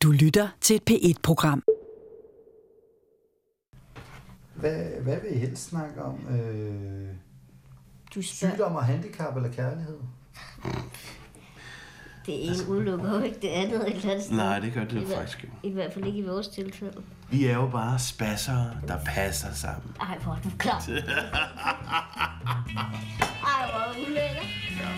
Du lytter til et P1-program. Hvad vil I helst snakke om? Sygdom og handicap eller kærlighed? Det ene udelukker jo ikke det andet et eller andet sted. Nej, det gør det faktisk ikke. I hvert fald ikke i vores tilfælde. Vi er jo bare spasser, der passer sammen. Ej, hvor er du klar. Ej, hvor er du ulækker. Ja.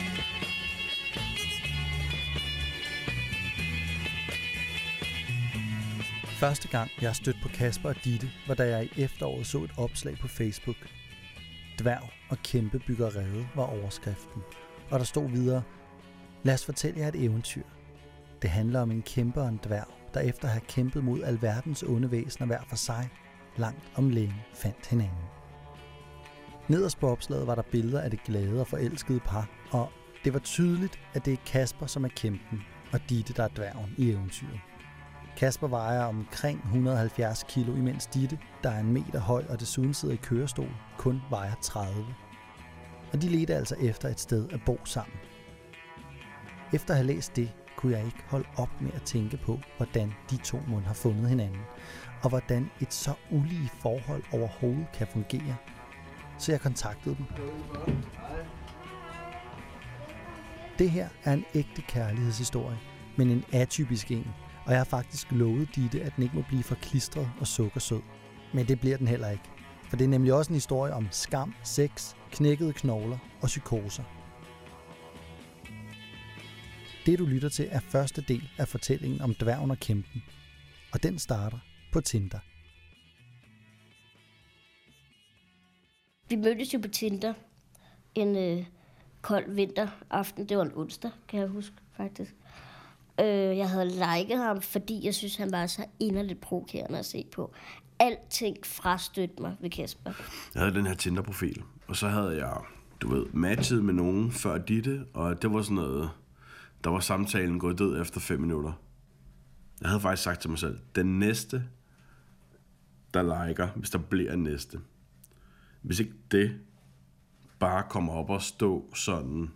Første gang, jeg stødte på Kasper og Ditte, var da jeg i efteråret så et opslag på Facebook. Dværg og kæmpe bygger rede var overskriften. Og der stod videre: lad os fortælle jer et eventyr. Det handler om en kæmpe og en dværg, der efter at have kæmpet mod alverdens onde væsener hver for sig, langt om længe fandt hinanden. Nederst på opslaget var der billeder af det glade og forelskede par, og det var tydeligt, at det er Kasper, som er kæmpen, og Ditte, der er dværgen i eventyret. Kasper vejer omkring 170 kilo, imens Ditte, der er 1 meter høj og desuden sidder i kørestol, kun vejer 30. Og de ledte altså efter et sted at bo sammen. Efter at have læst det, kunne jeg ikke holde op med at tænke på, hvordan de to mund har fundet hinanden, og hvordan et så ulige forhold overhovedet kan fungere. Så jeg kontaktede dem. Det her er en ægte kærlighedshistorie, men en atypisk en, og jeg har faktisk lovet Ditte, at den ikke må blive for klistret og sukkersød. Men det bliver den heller ikke, for det er nemlig også en historie om skam, sex, knækkede knogler og psykoser. Det du lytter til er første del af fortællingen om dværgen og kæmpen, og den starter på Tinder. Vi mødtes jo på Tinder en kold vinteraften. Det var en onsdag, kan jeg huske faktisk. Jeg havde liket ham, fordi jeg synes, han var så inderligt provokerende at se på. Alting frastødte mig ved Kasper. Jeg havde den her Tinder-profil, og så havde jeg, matchet med nogen før Ditte, og det var sådan noget, der var samtalen gået død efter 5 minutter. Jeg havde faktisk sagt til mig selv, den næste, der liker, hvis der bliver en næste. Hvis ikke det bare kommer op og stå sådan,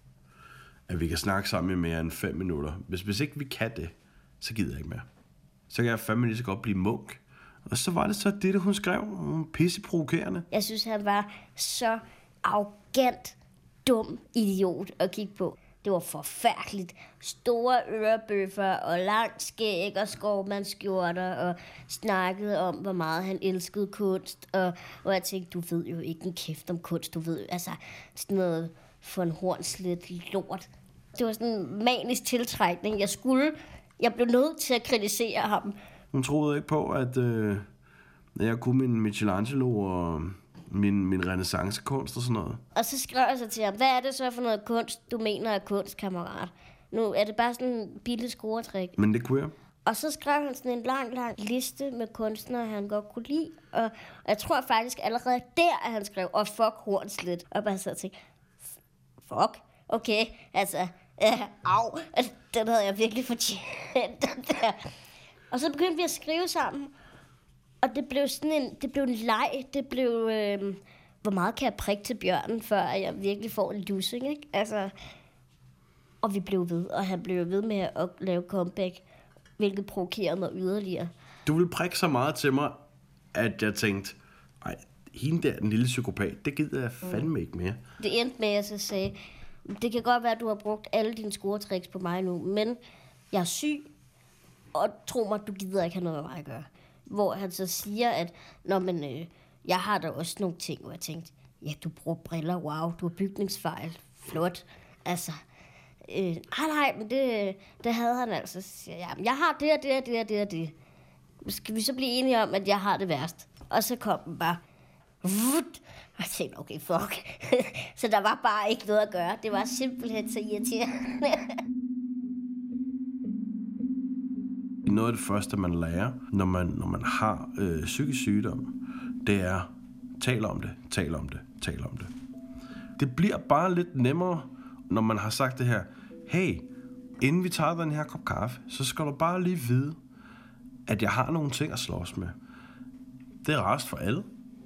at vi kan snakke sammen i mere end 5 minutter. Hvis ikke vi kan det, så gider jeg ikke mere. Så kan jeg fandme lige så godt blive munk. Og så var det så det, hun skrev. Pisseprovokerende. Jeg synes, han var så arrogant, dum idiot at kigge på. Det var forfærdeligt. Store ørebøffer og langt skæg og skovmandskjorter og snakkede om, hvor meget han elskede kunst. Og jeg tænkte, du ved jo ikke en kæft om kunst. Du ved jo, altså sådan noget for en hornslet lort. Det var sådan en manisk tiltrækning. Jeg blev nødt til at kritisere ham. Hun troede ikke på, at jeg kunne min Michelangelo og min renaissancekunst og sådan noget. Og så skrev jeg så til ham, hvad er det så for noget kunst, du mener er kunst, kammerat? Nu er det bare sådan en billig scoretrik. Men det kunne jeg. Og så skrev han sådan en lang liste med kunstnere, han godt kunne lide. Og jeg tror faktisk allerede der, at han skrev, og fuck Hornslet. Og bare så tænkte, fuck, okay, altså, au, den havde jeg virkelig fortjent. Og så begyndte vi at skrive sammen. Og det blev en leg, det blev, hvor meget kan jeg prikke til bjørnen, før jeg virkelig får en lussing, ikke? Altså, og vi blev ved, og han blev ved med at lave comeback, hvilket provokerede mig yderligere. Du ville prikke så meget til mig, at jeg tænkte, ej, hende der, den lille psykopat, det gider jeg fandme ikke mere. Det endte med, at jeg så sagde, det kan godt være, at du har brugt alle dine scoretricks på mig nu, men jeg er syg, og tro mig, du gider ikke have noget med mig at gøre. Hvor han så siger, at jeg har da også nogle ting, hvor jeg tænkte, ja, du bruger briller, wow, du har bygningsfejl, flot. Altså, nej, men det havde han altså. Så siger jeg, jeg har det og det og det og det og det. Skal vi så blive enige om, at jeg har det værst? Og så kom den bare, og jeg tænkte, okay, fuck. Så der var bare ikke noget at gøre. Det var simpelthen så irriterende. Noget af det første, man lærer, når man har psykisk sygdom, det er, tal om det. Det bliver bare lidt nemmere, når man har sagt det her, hey, inden vi tager den her kop kaffe, så skal du bare lige vide, at jeg har nogle ting at slås med. Det er rest for alle.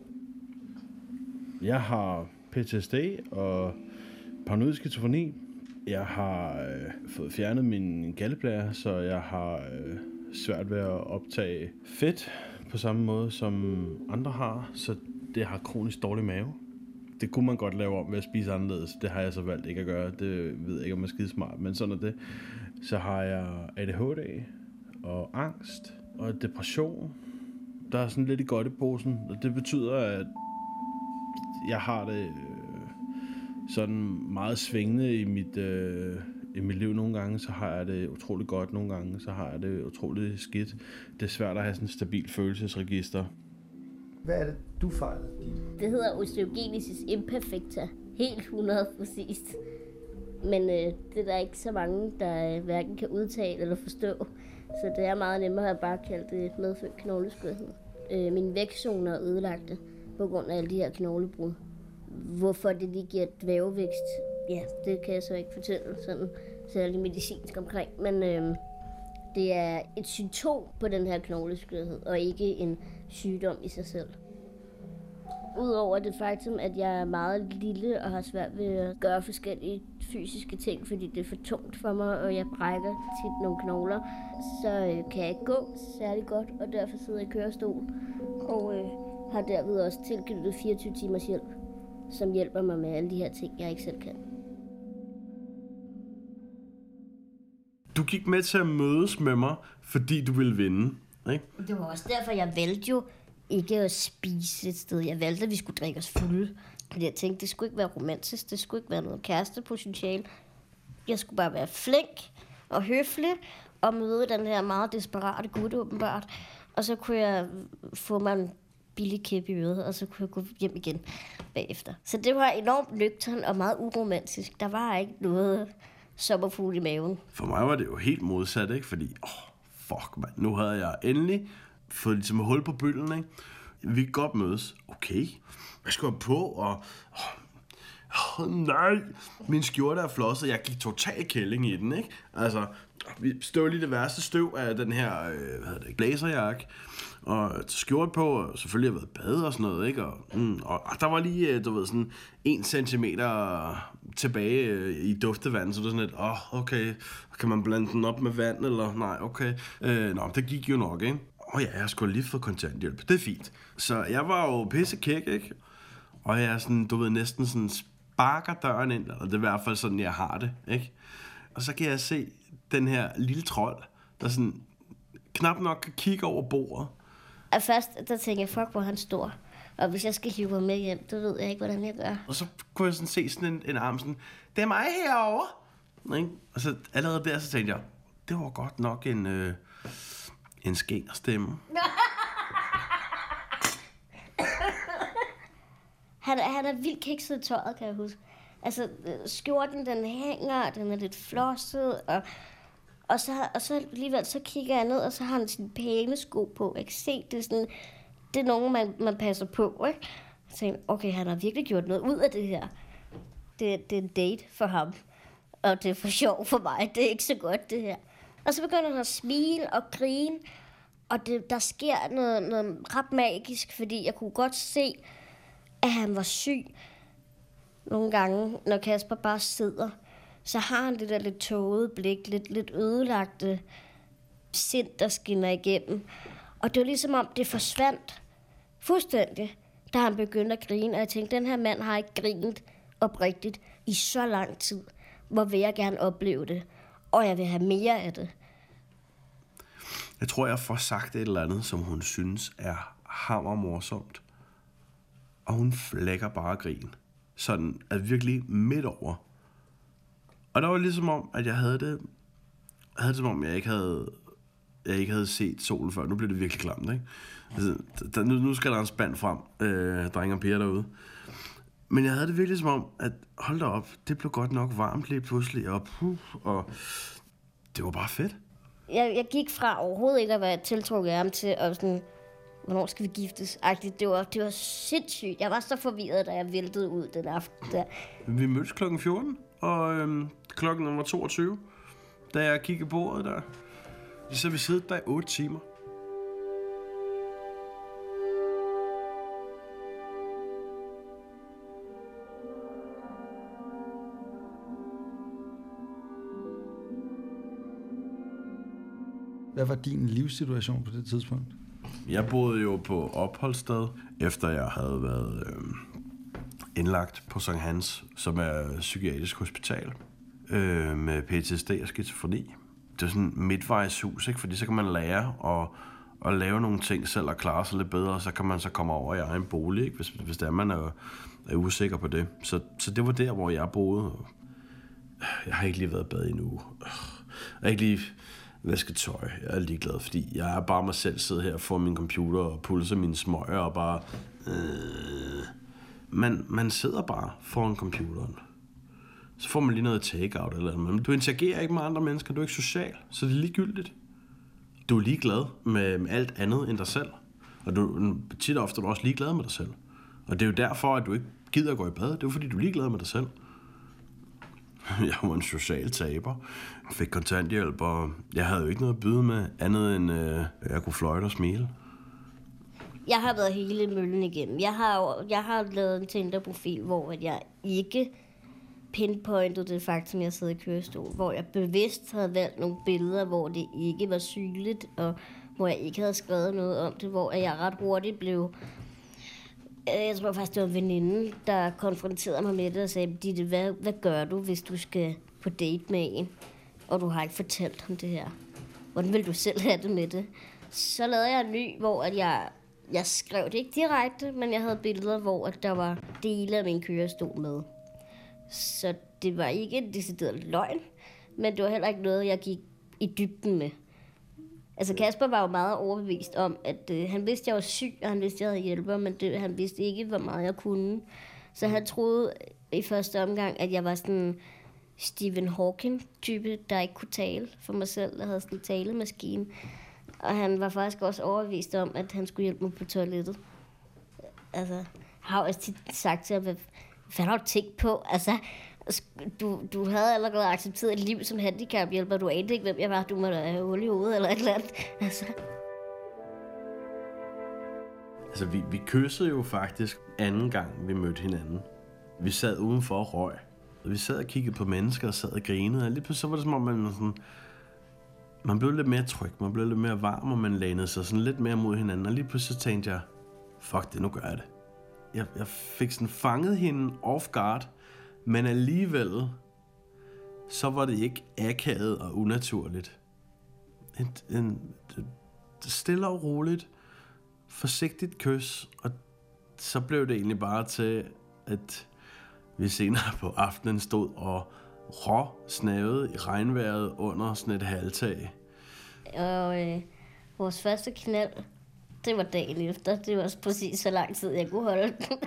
Jeg har PTSD og paranoid skizofreni. Jeg har fået fjernet min galdeblære, så jeg har svært ved at optage fedt på samme måde, som andre har, så det har kronisk dårlig mave. Det kunne man godt lave om ved at spise anderledes. Det har jeg så valgt ikke at gøre. Det ved jeg ikke, om jeg er skidesmart, men sådan er det. Så har jeg ADHD og angst og depression. Der er sådan lidt i godteposen, og det betyder, at jeg har det sådan meget svingende i mit liv. Nogle gange, så har jeg det utroligt godt. Nogle gange, så har jeg det utroligt skidt. Det er svært at have sådan et stabilt følelsesregister. Hvad er det, du fejler? Det hedder osteogenesis imperfecta. Helt 100 præcist. Men det er der ikke så mange, der hverken kan udtale eller forstå. Så det er meget nemmere at bare kalde det medfødt knogleskørhed. Mine vækstzoner er ødelagte på grund af alle de her knoglebrud. Hvorfor det lige giver dværgevækst, ja, det kan jeg så ikke fortælle sådan særlig medicinsk omkring. Men det er et symptom på den her knogleskørhed, og ikke en sygdom i sig selv. Udover det faktum, at jeg er meget lille og har svært ved at gøre forskellige fysiske ting, fordi det er for tungt for mig, og jeg brækker tit nogle knogler, så kan jeg ikke gå særlig godt, og derfor sidder jeg i kørestol, og har derved også tilknyttet 24 timers hjælp, som hjælper mig med alle de her ting, jeg ikke selv kan. Du gik med til at mødes med mig, fordi du ville vinde, ikke? Det var også derfor, jeg valgte jo ikke at spise et sted. Jeg valgte, at vi skulle drikke os fulde. Fordi jeg tænkte, det skulle ikke være romantisk. Det skulle ikke være noget kærestepotentiale. Jeg skulle bare være flink og høflig og møde den her meget desperate gut, åbenbart. Og så kunne jeg få mig en billig kæp i øret, og så kunne jeg gå hjem igen bagefter. Så det var enormt nøgtern og meget uromantisk. Der var ikke noget sommerfugl i maven. For mig var det jo helt modsat, ikke? Fordi, fuck mand, nu havde jeg endelig fået ligesom hul på bølgen, ikke? Vi kan godt mødes. Okay, hvad skal jeg på? Og nej, min skjorte er flosset. Jeg gik total kælling i den, ikke? Altså, vi støv lige det værste støv af den her, blazerjakke. Og skjort på, og selvfølgelig har jeg været bade og sådan noget, ikke? Og der var lige, du ved, sådan 1 centimeter tilbage i duftevand, så det er sådan lidt, okay, kan man blande den op med vand, eller nej, okay. Det gik jo nok, ikke? Ja, jeg skulle lige få kontanthjælp, det er fint. Så jeg var jo pissekæk, ikke? Og jeg er sådan, du ved, næsten sådan sparker døren ind, eller det er i hvert fald sådan, jeg har det, ikke? Og så kan jeg se den her lille trold, der sådan knap nok kan kigge over bordet. Og først, der tænkte jeg, fuck, hvor han stor. Og hvis jeg skal hive ham med hjem, så ved jeg ikke, hvordan jeg gør. Og så kunne jeg sådan se sådan en arm sådan, det er mig herovre. Ikke? Og så allerede der, så tænkte jeg, det var godt nok en skænderstemme. Han er vildt kikset i tøjet, kan jeg huske. Altså, skjorten, den hænger, den er lidt flosset, og så alligevel, så kigger jeg ned, og så har han sine pæne sko på. Jeg kan se, det er nogen, man passer på, ikke? Jeg tænkte, okay, han har virkelig gjort noget ud af det her. Det er en date for ham, og det er for sjov for mig. Det er ikke så godt, det her. Og så begynder han at smile og grine, og der sker noget ret magisk, fordi jeg kunne godt se, at han var syg. Nogle gange, når Kasper bare sidder, så har han det der lidt tågede blik, lidt ødelagte sind, der skinner igennem. Og det var ligesom om, det forsvandt fuldstændig, da han begyndte at grine. Og jeg tænkte, den her mand har ikke grinet oprigtigt i så lang tid. Hvor vil jeg gerne opleve det? Og jeg vil have mere af det. Jeg tror, jeg får sagt et eller andet, som hun synes er hammermorsomt. Og hun flækker bare grin. Sådan at virkelig midt over. Og der var ligesom om, at jeg havde det som om, jeg ikke havde set solen før. Nu bliver det virkelig klamt, ikke? Altså, nu skal der en spand frem, drenge og piger derude. Men jeg havde det virkelig som om, at hold da op, det blev godt nok varmt lige pludselig, og det var bare fedt. Jeg gik fra overhovedet ikke at være tiltrukket af ham til at sådan, hvornår skal vi giftes? Det var sindssygt. Jeg var så forvirret, da jeg væltede ud den aften der. Vi mødtes klokken 14, og klokken var 22, da jeg kiggede på bordet der. Så vi siddet der i 8 timer. Hvad var din livssituation på det tidspunkt? Jeg boede jo på opholdssted, efter jeg havde været indlagt på Sankt Hans, som er psykiatrisk hospital, med PTSD og skizofreni. Det er sådan et midtvejshus, ikke? Fordi så kan man lære at lave nogle ting selv og klare sig lidt bedre, og så kan man så komme over i egen bolig, ikke? Hvis det er, man er usikker på det. Så det var der, hvor jeg boede. Jeg har ikke lige været bad endnu. Jeg har ikke lige vasket tøj. Jeg er ligeglad, fordi jeg er bare mig selv, sidder her foran min computer og pulser mine smøger og bare... Man sidder bare foran computeren. Så får man lige noget take-out eller noget. Men du interagerer ikke med andre mennesker, du er ikke social, så det er ligegyldigt. Du er ligeglad med alt andet end dig selv. Og du tit og ofte er du også ligeglad med dig selv. Og det er jo derfor, at du ikke gider at gå i bad. Det er jo fordi, du er ligeglad med dig selv. Jeg var en social taber. Jeg fik kontanthjælp, og jeg havde jo ikke noget at byde med andet end jeg kunne fløjte og smile. Jeg har været hele møllen igennem. Jeg har lavet en Tinder-profil, hvor jeg ikke pinpointede det faktum, jeg sidder i kørestol. Hvor jeg bevidst havde valgt nogle billeder, hvor det ikke var synligt, og hvor jeg ikke havde skrevet noget om det. Hvor jeg ret hurtigt blev... Jeg tror faktisk, det var en veninde, der konfronterede mig med det og sagde, Ditte, hvad gør du, hvis du skal på date med en, og du har ikke fortalt ham det her? Hvordan vil du selv have det med det? Så lavede jeg en ny, hvor at jeg skrev det ikke direkte, men jeg havde billeder, hvor at der var dele af min kørestol med. Så det var ikke en decideret løgn, men det var heller ikke noget, jeg gik i dybden med. Altså Kasper var jo meget overbevist om, at han vidste, jeg var syg, og han vidste, jeg havde hjælper, men han vidste ikke, hvor meget jeg kunne. Så han troede i første omgang, at jeg var sådan en Stephen Hawking-type, der ikke kunne tale for mig selv, der havde sådan en talemaskine. Og han var faktisk også overbevist om, at han skulle hjælpe mig på toilettet. Altså, jeg har også tit sagt til ham, hvad har du tænkt på? Altså, du havde allerede accepteret et liv som handicaphjælper. Du anede ikke, hvem jeg var. Du må da have hul i hovedet eller et eller andet. Altså, vi kyssede jo faktisk anden gang, vi mødte hinanden. Vi sad udenfor og røg. Og vi sad og kiggede på mennesker og sad og grinede. Og lige pludselig så var det som om, man blev lidt mere tryg, man blev lidt mere varm, og man lænede sig sådan lidt mere mod hinanden. Og lige pludselig så tænkte jeg, fuck det, nu gør jeg det. Jeg fik sådan fanget hende off guard, men alligevel, så var det ikke akavet og unaturligt. Stille og roligt, forsigtigt kys, og så blev det egentlig bare til, at vi senere på aftenen stod og snavede i regnvejret under sådan et halvtag. Og vores første knald, det var dagen efter. Det var præcis så lang tid, jeg kunne holde den.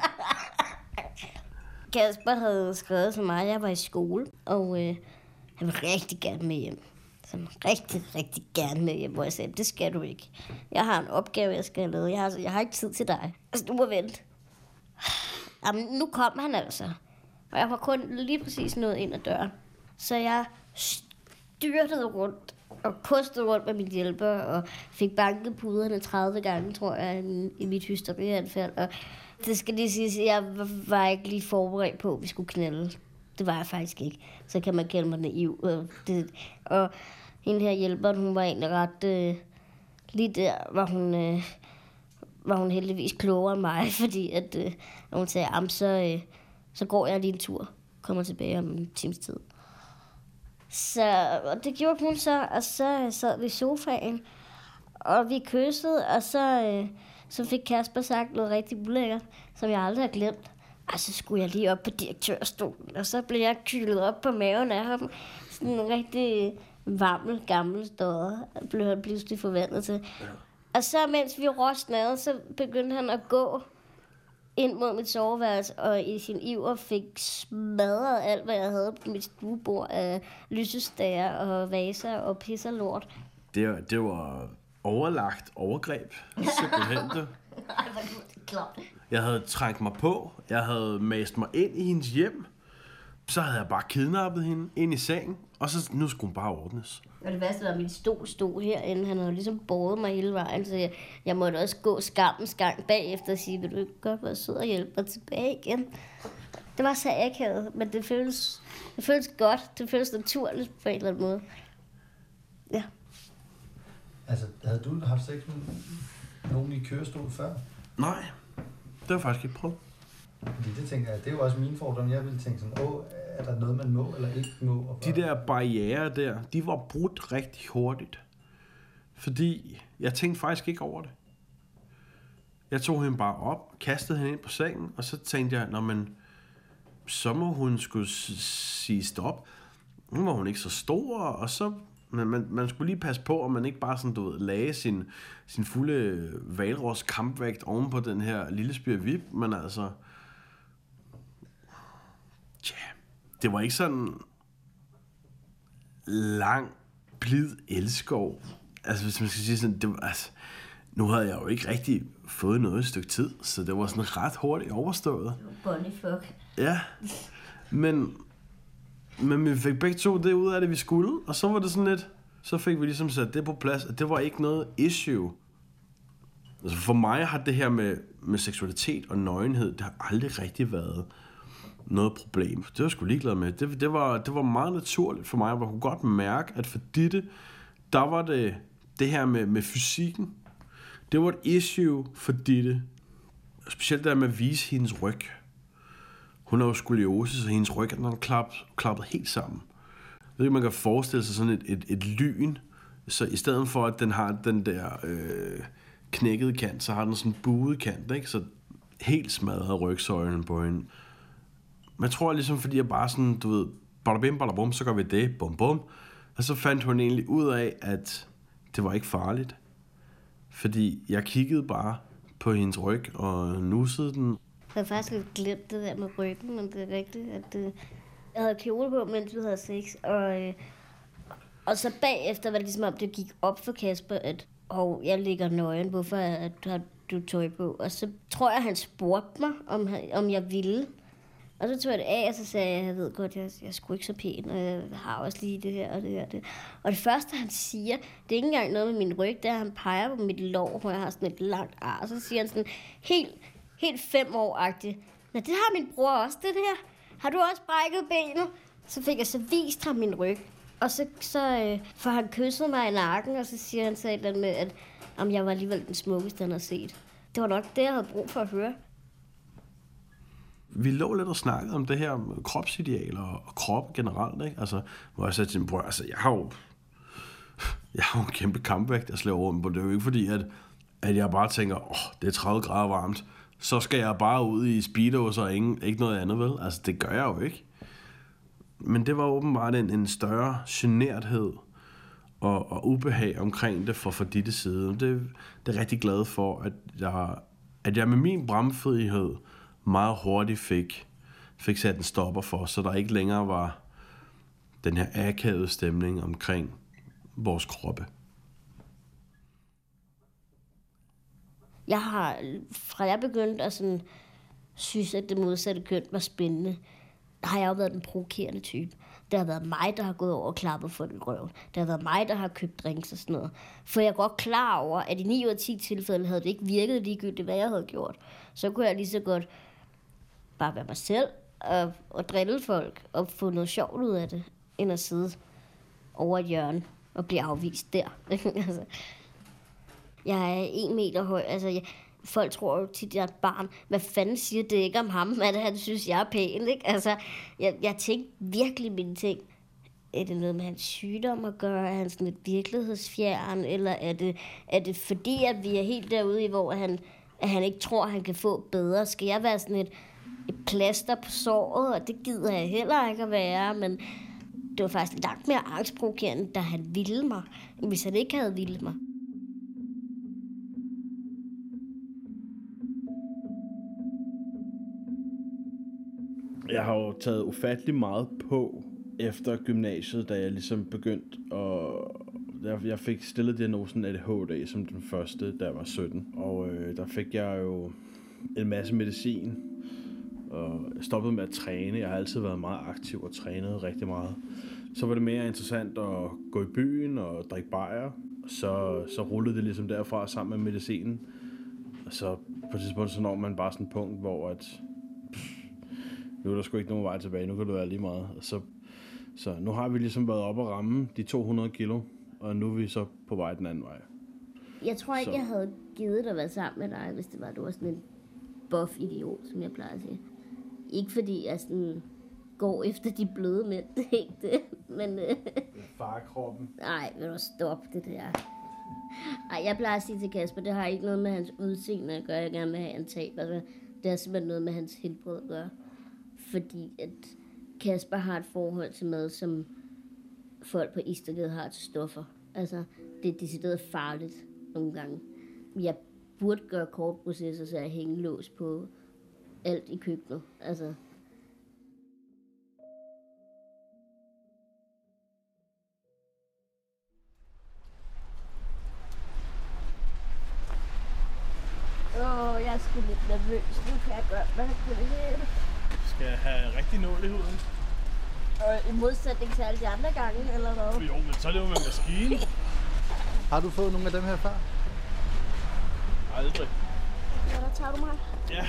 Kasper havde skrevet til mig, at jeg var i skole, og han ville rigtig gerne med hjem. Sådan rigtig, rigtig gerne med hjem, hvor jeg sagde, det skal du ikke. Jeg har en opgave, jeg skal have lavet. Jeg har ikke tid til dig. Altså, du må vente. Jamen, nu kom han altså. Og jeg var kun lige præcis nået ind ad døren. Så jeg styrtede rundt og kostede rundt med min hjælper og fik banket puderne 30 gange, tror jeg, i mit hysterianfald. Og det skal lige siges, at jeg var ikke lige forberedt på, at vi skulle knalde. Det var jeg faktisk ikke. Så kan man kalde mig naiv. Og hende her hjælperen, hun var egentlig ret... lige der var hun heldigvis klogere end mig, fordi at hun sagde, så går jeg lige en tur, kommer tilbage om en times tid. Og det gjorde hun så, og så sad vi i sofaen, og vi kyssede, og så fik Kasper sagt noget rigtig ulækkert, som jeg aldrig har glemt. Og så skulle jeg lige op på direktørstolen, og så blev jeg kylet op på maven af ham. Sådan en rigtig varmel, gammel stodder, blev han pludselig forvandlet til. Og så mens vi rostnede, så begyndte han at gå ind mod mit soveværelse, og i sin iver fik smadret alt, hvad jeg havde på mit stuebord af lysestager og vaser og pis og lort. Det var overlagt overgreb, simpelthen det. Ej, hvor er det klart. Jeg havde trængt mig på, jeg havde mast mig ind i hendes hjem, så havde jeg bare kidnappet hende ind i sengen, og så nu skulle hun bare ordnes. Og det værste var, at min stol stod herinde. Han havde ligesom båret mig hele vejen, så jeg måtte også gå skammens gang bagefter og sige, vil du ikke godt være sød og hjælpe mig tilbage igen? Det var så akavet, men det føles godt. Det føles naturligt på en eller anden måde. Ja. Altså, havde du haft sex med nogen i kørestol før? Nej, det har jeg faktisk ikke prøvet. Fordi det tænker jeg, det er jo også mine fordomme. Jeg ville tænke sådan, er der noget, man må eller ikke må? Og De der barrierer der, de var brudt rigtig hurtigt. Fordi jeg tænkte faktisk ikke over det. Jeg tog hende bare op, kastede hende ind på sengen, og så tænkte jeg, så må hun skulle sige stop. Nu var hun ikke så stor, og så... Man skulle lige passe på, at man ikke bare sådan, lagde sin fulde hvalros kampvægt oven på den her lille spire vip, men altså... Tja, det var ikke sådan lang, blid elskov. Altså, hvis man skal sige sådan, det var, altså, nu havde jeg jo ikke rigtig fået noget et stykke tid, så det var sådan ret hurtigt overstået. Bonnie fuck. Ja, men vi fik begge to det ud af det, vi skulle, og så var det sådan lidt, så fik vi ligesom sat det på plads, at det var ikke noget issue. Altså for mig har det her med seksualitet og nøgenhed, det har aldrig rigtig været noget problem. Det var jeg sgu ligeglad med. Det var meget naturligt for mig, og jeg kunne godt mærke, at for Ditte, der var det her med fysikken, det var et issue for Ditte. Specielt der med at vise hendes ryg. Hun har jo skoliose, så hendes ryg er klappet helt sammen. Jeg ved ikke, man kan forestille sig sådan et lyn, så i stedet for, at den har den der knækkede kant, så har den sådan en buet kant, ikke? Så helt smadret rygsøjlen på hende. Men jeg tror ligesom, fordi jeg bare sådan, du ved, badabim, badabum, så gør vi det, bum bum. Og så fandt hun egentlig ud af, at det var ikke farligt. Fordi jeg kiggede bare på hendes ryg og nussede den. Jeg havde faktisk lidt glemt det der med ryggen, men det er rigtigt, at jeg havde kjole på, mens vi havde sex, og så bagefter var det ligesom om, det gik op for Kasper, at jeg ligger nøgen, hvorfor har du tøj på? Og så tror jeg, han spurgte mig, om jeg ville. Og så tog jeg det af, og så sagde jeg ved godt, jeg er sgu ikke så pæn, og jeg har også lige det her og det her. Og det første, han siger, det er ikke engang noget med min ryg, det er, at han peger på mit lår, hvor jeg har sådan et langt ar. Og så siger han sådan helt 5 år-agtigt. Nå, det har min bror også, det der. Har du også brækket benet? Så fik jeg så vist ham min ryg. Og så får han kysset mig i nakken, og så siger han så et eller andet med, at jeg var alligevel den smukkeste, han har set. Det var nok det, jeg havde brug for at høre. Vi lå lidt og snakkede om det her med kropsidealer og krop generelt, ikke? Altså, hvor jeg sagde til min bror, altså, jeg har jo en kæmpe kampvægt, jeg slæver rundt på. Det er jo ikke fordi, at jeg bare tænker, det er 30 grader varmt, så skal jeg bare ud i speedos og ikke noget andet, vel? Altså, det gør jeg jo ikke. Men det var åbenbart en større generthed og ubehag omkring det fra Dittes side. Det er jeg rigtig glad for, at jeg med min bramfrihed meget hurtigt fik sat en stopper for, så der ikke længere var den her akavede stemning omkring vores kroppe. Jeg har, fra jeg begyndte at sådan, synes, at det modsatte køn var spændende, har jeg jo været den provokerende type. Det har været mig, der har gået over og klappet for den røv. Det har været mig, der har købt drinks og sådan noget. For jeg er godt klar over, at i 9 ud af 10 tilfælde havde det ikke virket ligegyldigt, hvad jeg havde gjort. Så kunne jeg lige så godt bare være mig selv og drille folk og få noget sjovt ud af det, end at sidde over et hjørne og blive afvist der. Altså, jeg er 1 meter høj. Altså, folk tror jo tit, at jeg er et barn. Hvad fanden siger det ikke om ham, at han synes, jeg er pæn, ikke? Altså, jeg tænkte virkelig mine ting. Er det noget med hans sygdom at gøre? Er han sådan lidt virkelighedsfjern? Eller er det fordi, at vi er helt derude i, hvor at han ikke tror, at han kan få bedre? Skal jeg være sådan et plaster på såret? Og det gider jeg heller ikke at være, men det var faktisk langt mere angstprovokerende, da han ville mig, end hvis han ikke havde ville mig. Jeg har jo taget ufattelig meget på efter gymnasiet, da jeg ligesom begyndte at... Jeg fik stillet diagnosen ADHD som den første, da jeg var 17. Og der fik jeg jo en masse medicin, og stoppede med at træne. Jeg har altid været meget aktiv og trænet rigtig meget. Så var det mere interessant at gå i byen og drikke bajer. Så rullede det ligesom derfra sammen med medicinen. Og så på et tidspunkt så når man bare sådan et punkt, hvor at... Nu er der sgu ikke nogen vej tilbage, nu kan det være lige meget. Så nu har vi ligesom været oppe og ramme de 200 kilo, og nu er vi så på vej den anden vej. Jeg tror ikke, jeg havde givet at være sammen med dig, hvis det var, du var sådan en buff idiot, som jeg plejer at sige. Ikke fordi jeg sådan går efter de bløde mænd, det er ikke det, men... Farkroppen. Nej, vil du stoppe det der. Ej, jeg plejer at sige til Kasper, det har ikke noget med hans udseende at gøre, jeg gerne vil have en tab. Altså, det har simpelthen noget med hans helbred at gøre. Fordi at Kasper har et forhold til mad, som folk på Istergade har til stoffer. Altså, det er decideret farligt nogle gange. Jeg burde gøre kortprocesser, så jeg hængelås på alt i køkkenet. Altså, jeg er sgu lidt nervøs. Nu kan jeg gøre, hvad jeg kunne have. Skal jeg have rigtig nål i huden? Og i modsætning til alle de andre gange, eller hvad? Jo, men så er det jo med maskine. Har du fået nogle af dem her før? Aldrig. Ja, der tager du mig. Ja.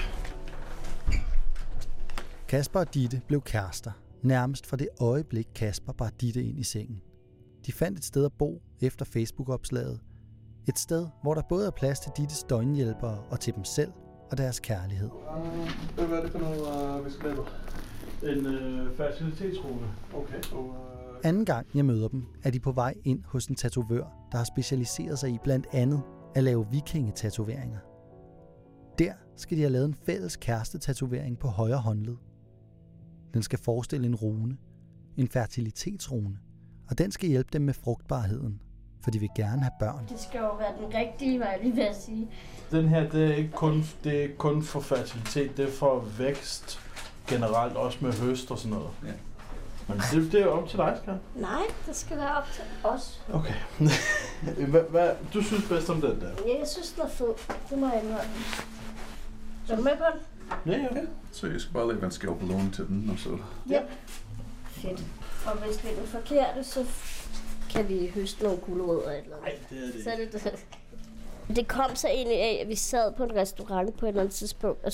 Kasper og Ditte blev kærester, nærmest fra det øjeblik Kasper bar Ditte ind i sengen. De fandt et sted at bo efter Facebook-opslaget. Et sted, hvor der både er plads til Dittes døgnhjælpere og til dem selv og deres kærlighed. Hvad er det for noget, vi skal lave? En facilitetsrute. Okay. Anden gang jeg møder dem, er de på vej ind hos en tatovør, der har specialiseret sig i blandt andet at lave vikingetatoveringer. Der skal de have lavet en fælles kærestetatovering på højre håndled. Den skal forestille en rune, en fertilitetsrune, og den skal hjælpe dem med frugtbarheden, for de vil gerne have børn. Det skal jo være den rigtige, var jeg lige ved at sige. Den her, det er ikke kun for fertilitet, det er for vækst generelt, også med høst og sådan noget. Ja. Men det er jo op til dig, Skar. Nej, det skal være op til os. Okay. Hvad du synes bedst om den der? Ja, jeg synes, den er fed. Det må jeg indrømme. Er du med på den? Ja. Så jeg skal bare lægge en skævballon til den, og så... Ja. Fedt. Og hvis det er den forkerte, så kan vi høste nogle gulerødder eller noget. Nej, det er det. Så er det. Det kom så egentlig af, at vi sad på en restaurant på et eller andet tidspunkt, og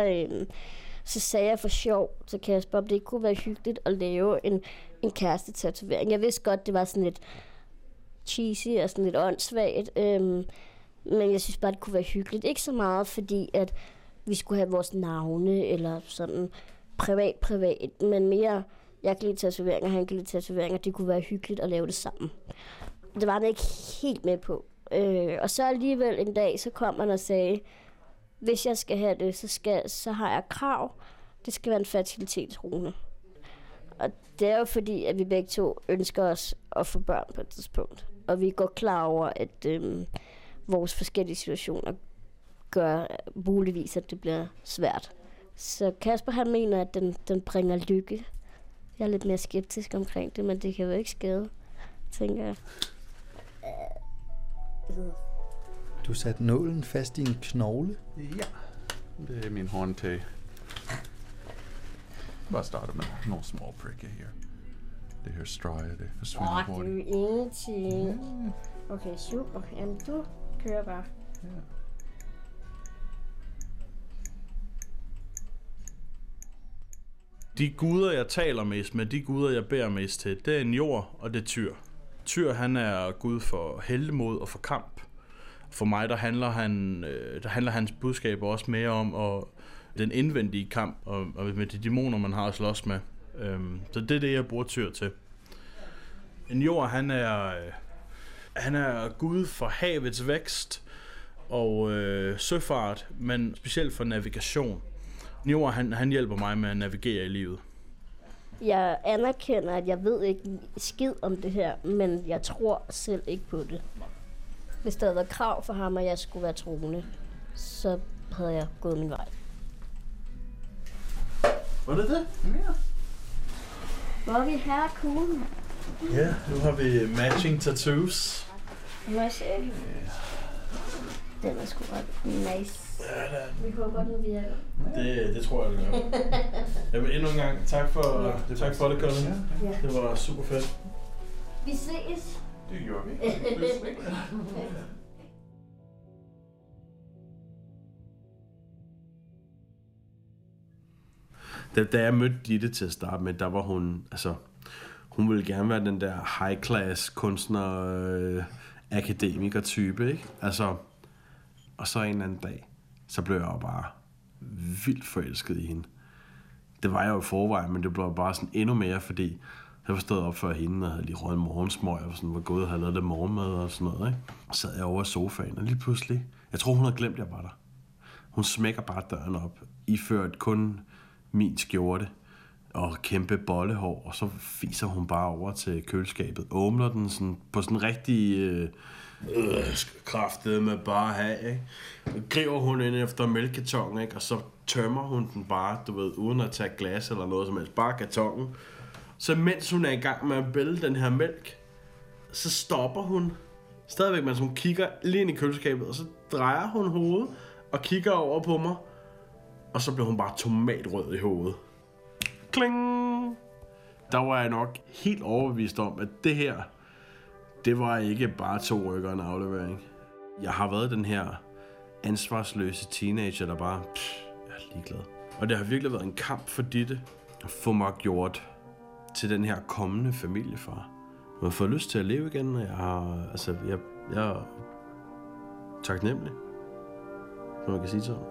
så sagde jeg for sjov til Kasper, om det ikke kunne være hyggeligt at lave en kærestetatovering. Jeg vidste godt, det var sådan lidt cheesy og sådan lidt åndssvagt, men jeg synes bare, det kunne være hyggeligt. Ikke så meget, fordi at vi skulle have vores navne eller sådan privat, men mere, jeg kan lide tatoveringer, han kan lide tatoveringer, det kunne være hyggeligt at lave det sammen. Det var han ikke helt med på. Og så alligevel en dag, så kom han og sagde, hvis jeg skal have det, så har jeg krav. Det skal være en fertilitetsrune. Og det er jo fordi, at vi begge to ønsker os at få børn på et tidspunkt. Og vi er godt klar over, at vores forskellige situationer gør muligvis, at det bliver svært. Så Kasper han mener, at den bringer lykke. Jeg er lidt mere skeptisk omkring det, men det kan jo ikke skade, tænker jeg. Du satte nålen fast i en knogle? Ja, det er min håndtag. Bare starte med nogle små prikker her. Det her streger, det forsvinder hurtigt. Det er jo ingenting. Okay, super. Jamen, du kører bare. Ja. De guder, jeg taler mest med, de guder, jeg beder mest til, det er en jord, og det er Tyr. Tyr, han er gud for heltemod og for kamp. For mig, der handler hans budskab også mere om den indvendige kamp, og med de dæmoner, man har at slås med. Så det er det, jeg bruger Tyr til. En jord, han er gud for havets vækst og søfart, men specielt for navigation. Njord, han hjælper mig med at navigere i livet. Jeg anerkender, at jeg ved ikke skid om det her, men jeg tror selv ikke på det. Hvis der havde været krav for ham, at jeg skulle være troende, så havde jeg gået min vej. Var det det? Ja. Hvor er vi her, cool? Ja, nu har vi matching tattoos. Må jeg se? Den er sgu ret nice. Ja, det er den. Vi håber, den virker. Det tror jeg, det gør. Jamen endnu en gang, tak for det, Colin. Ja. Det var super fedt. Vi ses. Det gjorde vi. Da jeg mødte Ditte til at starte med, der var hun, altså, hun ville gerne være den der high-class kunstner, akademiker-type, ikke? Altså, og så en eller anden dag, så blev jeg jo bare vildt forelsket i hende. Det var jeg jo i forvejen, men det blev bare sådan endnu mere, fordi jeg var stået op for hende, og havde lige røget en morgensmøg, og sådan var gået og havde lavet lidt morgenmad og sådan noget, ikke? Og sad jeg over i sofaen, og lige pludselig, jeg tror hun havde glemt, at jeg var der. Hun smækker bare døren op, iført kun min skjorte og kæmpe bollehår, og så fiser hun bare over til køleskabet, åbner den sådan, på sådan en rigtig kraftet med bare have, ikke? Griber hun ind efter mælkekarton, ikke? Og så tømmer hun den bare, du ved, uden at tage glas eller noget som helst, bare kartongen. Så mens hun er i gang med at bælge den her mælk, så stopper hun stadigvæk, mens hun kigger lige ind i køleskabet, og så drejer hun hovedet og kigger over på mig, og så bliver hun bare tomatrød i hovedet. Kling! Der var jeg nok helt overbevist om, at det her, det var ikke bare 2 rykker og en aflevering. Jeg har været den her ansvarsløse teenager, der bare, jeg er ligeglad. Og det har virkelig været en kamp for Ditte at få mig gjort til den her kommende familiefar. Jeg har fået lyst til at leve igen, og jeg er taknemmelig, som man kan sige sådan.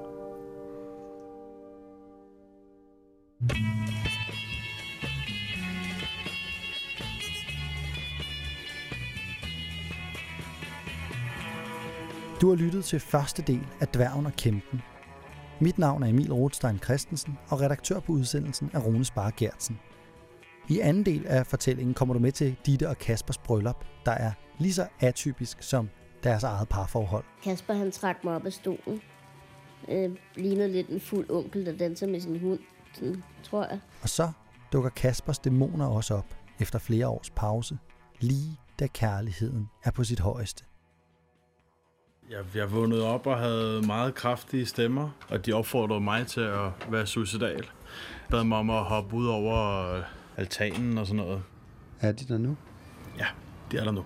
Du har lyttet til første del af Dværgen og Kæmpen. Mit navn er Emil Rothstein Christensen, og redaktør på udsendelsen er Rune Sparre Gertsen. I anden del af fortællingen kommer du med til Ditte og Kaspers bryllup, der er lige så atypisk som deres eget parforhold. Kasper, han trak mig op af stolen. Lignede lidt en fuld onkel, der danser med sin hund, sådan, tror jeg. Og så dukker Kaspers dæmoner også op efter flere års pause, lige da kærligheden er på sit højeste. Jeg vågnede op og havde meget kraftige stemmer, og de opfordrede mig til at være suicidal. Jeg bad mig om at hoppe ud over altanen og sådan noget. Er de der nu? Ja, de er der nu.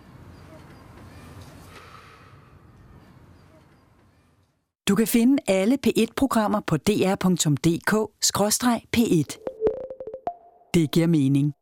Du kan finde alle P1-programmer på dr.dk/P1. Det giver mening.